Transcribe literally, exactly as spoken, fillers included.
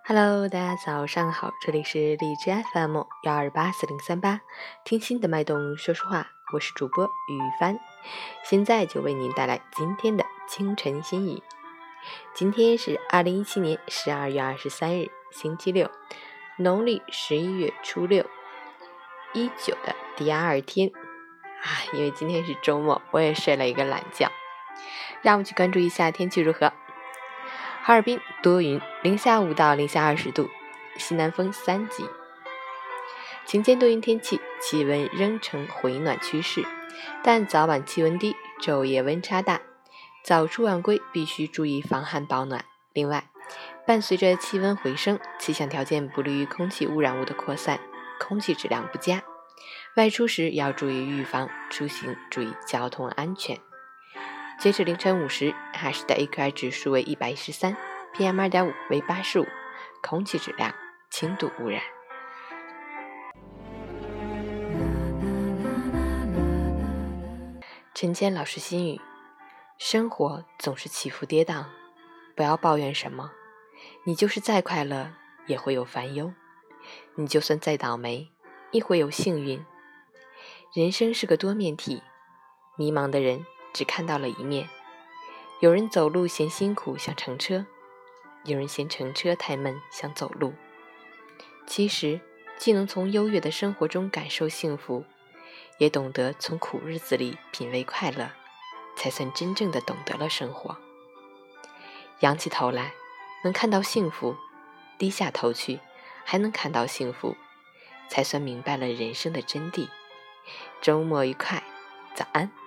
Hello， 大家早上好，这里是荔枝 F M 幺二八四零三八，听心的脉动说说话，我是主播雨帆，现在就为您带来今天的清晨心语。今天是二零一七年十二月二十三日，星期六，农历十一月初六，一九的第二天啊，因为今天是周末，我也睡了一个懒觉。让我们去关注一下天气如何。哈尔滨多云，零下五到零下二十度，西南风三级。晴间多云天气，气温仍呈回暖趋势，但早晚气温低，昼夜温差大，早出晚归必须注意防寒保暖。另外，伴随着气温回升，气象条件不利于空气污染物的扩散，空气质量不佳，外出时要注意预防，出行注意交通安全。截至凌晨五时，哈市的 A Q I 指数为一百一十三 ，P M 二点五 为八十五，空气质量轻度污染。陈谦老师心语：生活总是起伏跌宕，不要抱怨什么，你就是再快乐也会有烦忧，你就算再倒霉亦会有幸运。人生是个多面体，迷茫的人只看到了一面，有人走路嫌辛苦想乘车，有人嫌乘车太闷想走路。其实既能从优越的生活中感受幸福，也懂得从苦日子里品味快乐，才算真正的懂得了生活。仰起头来能看到幸福，低下头去还能看到幸福，才算明白了人生的真谛。周末愉快，早安。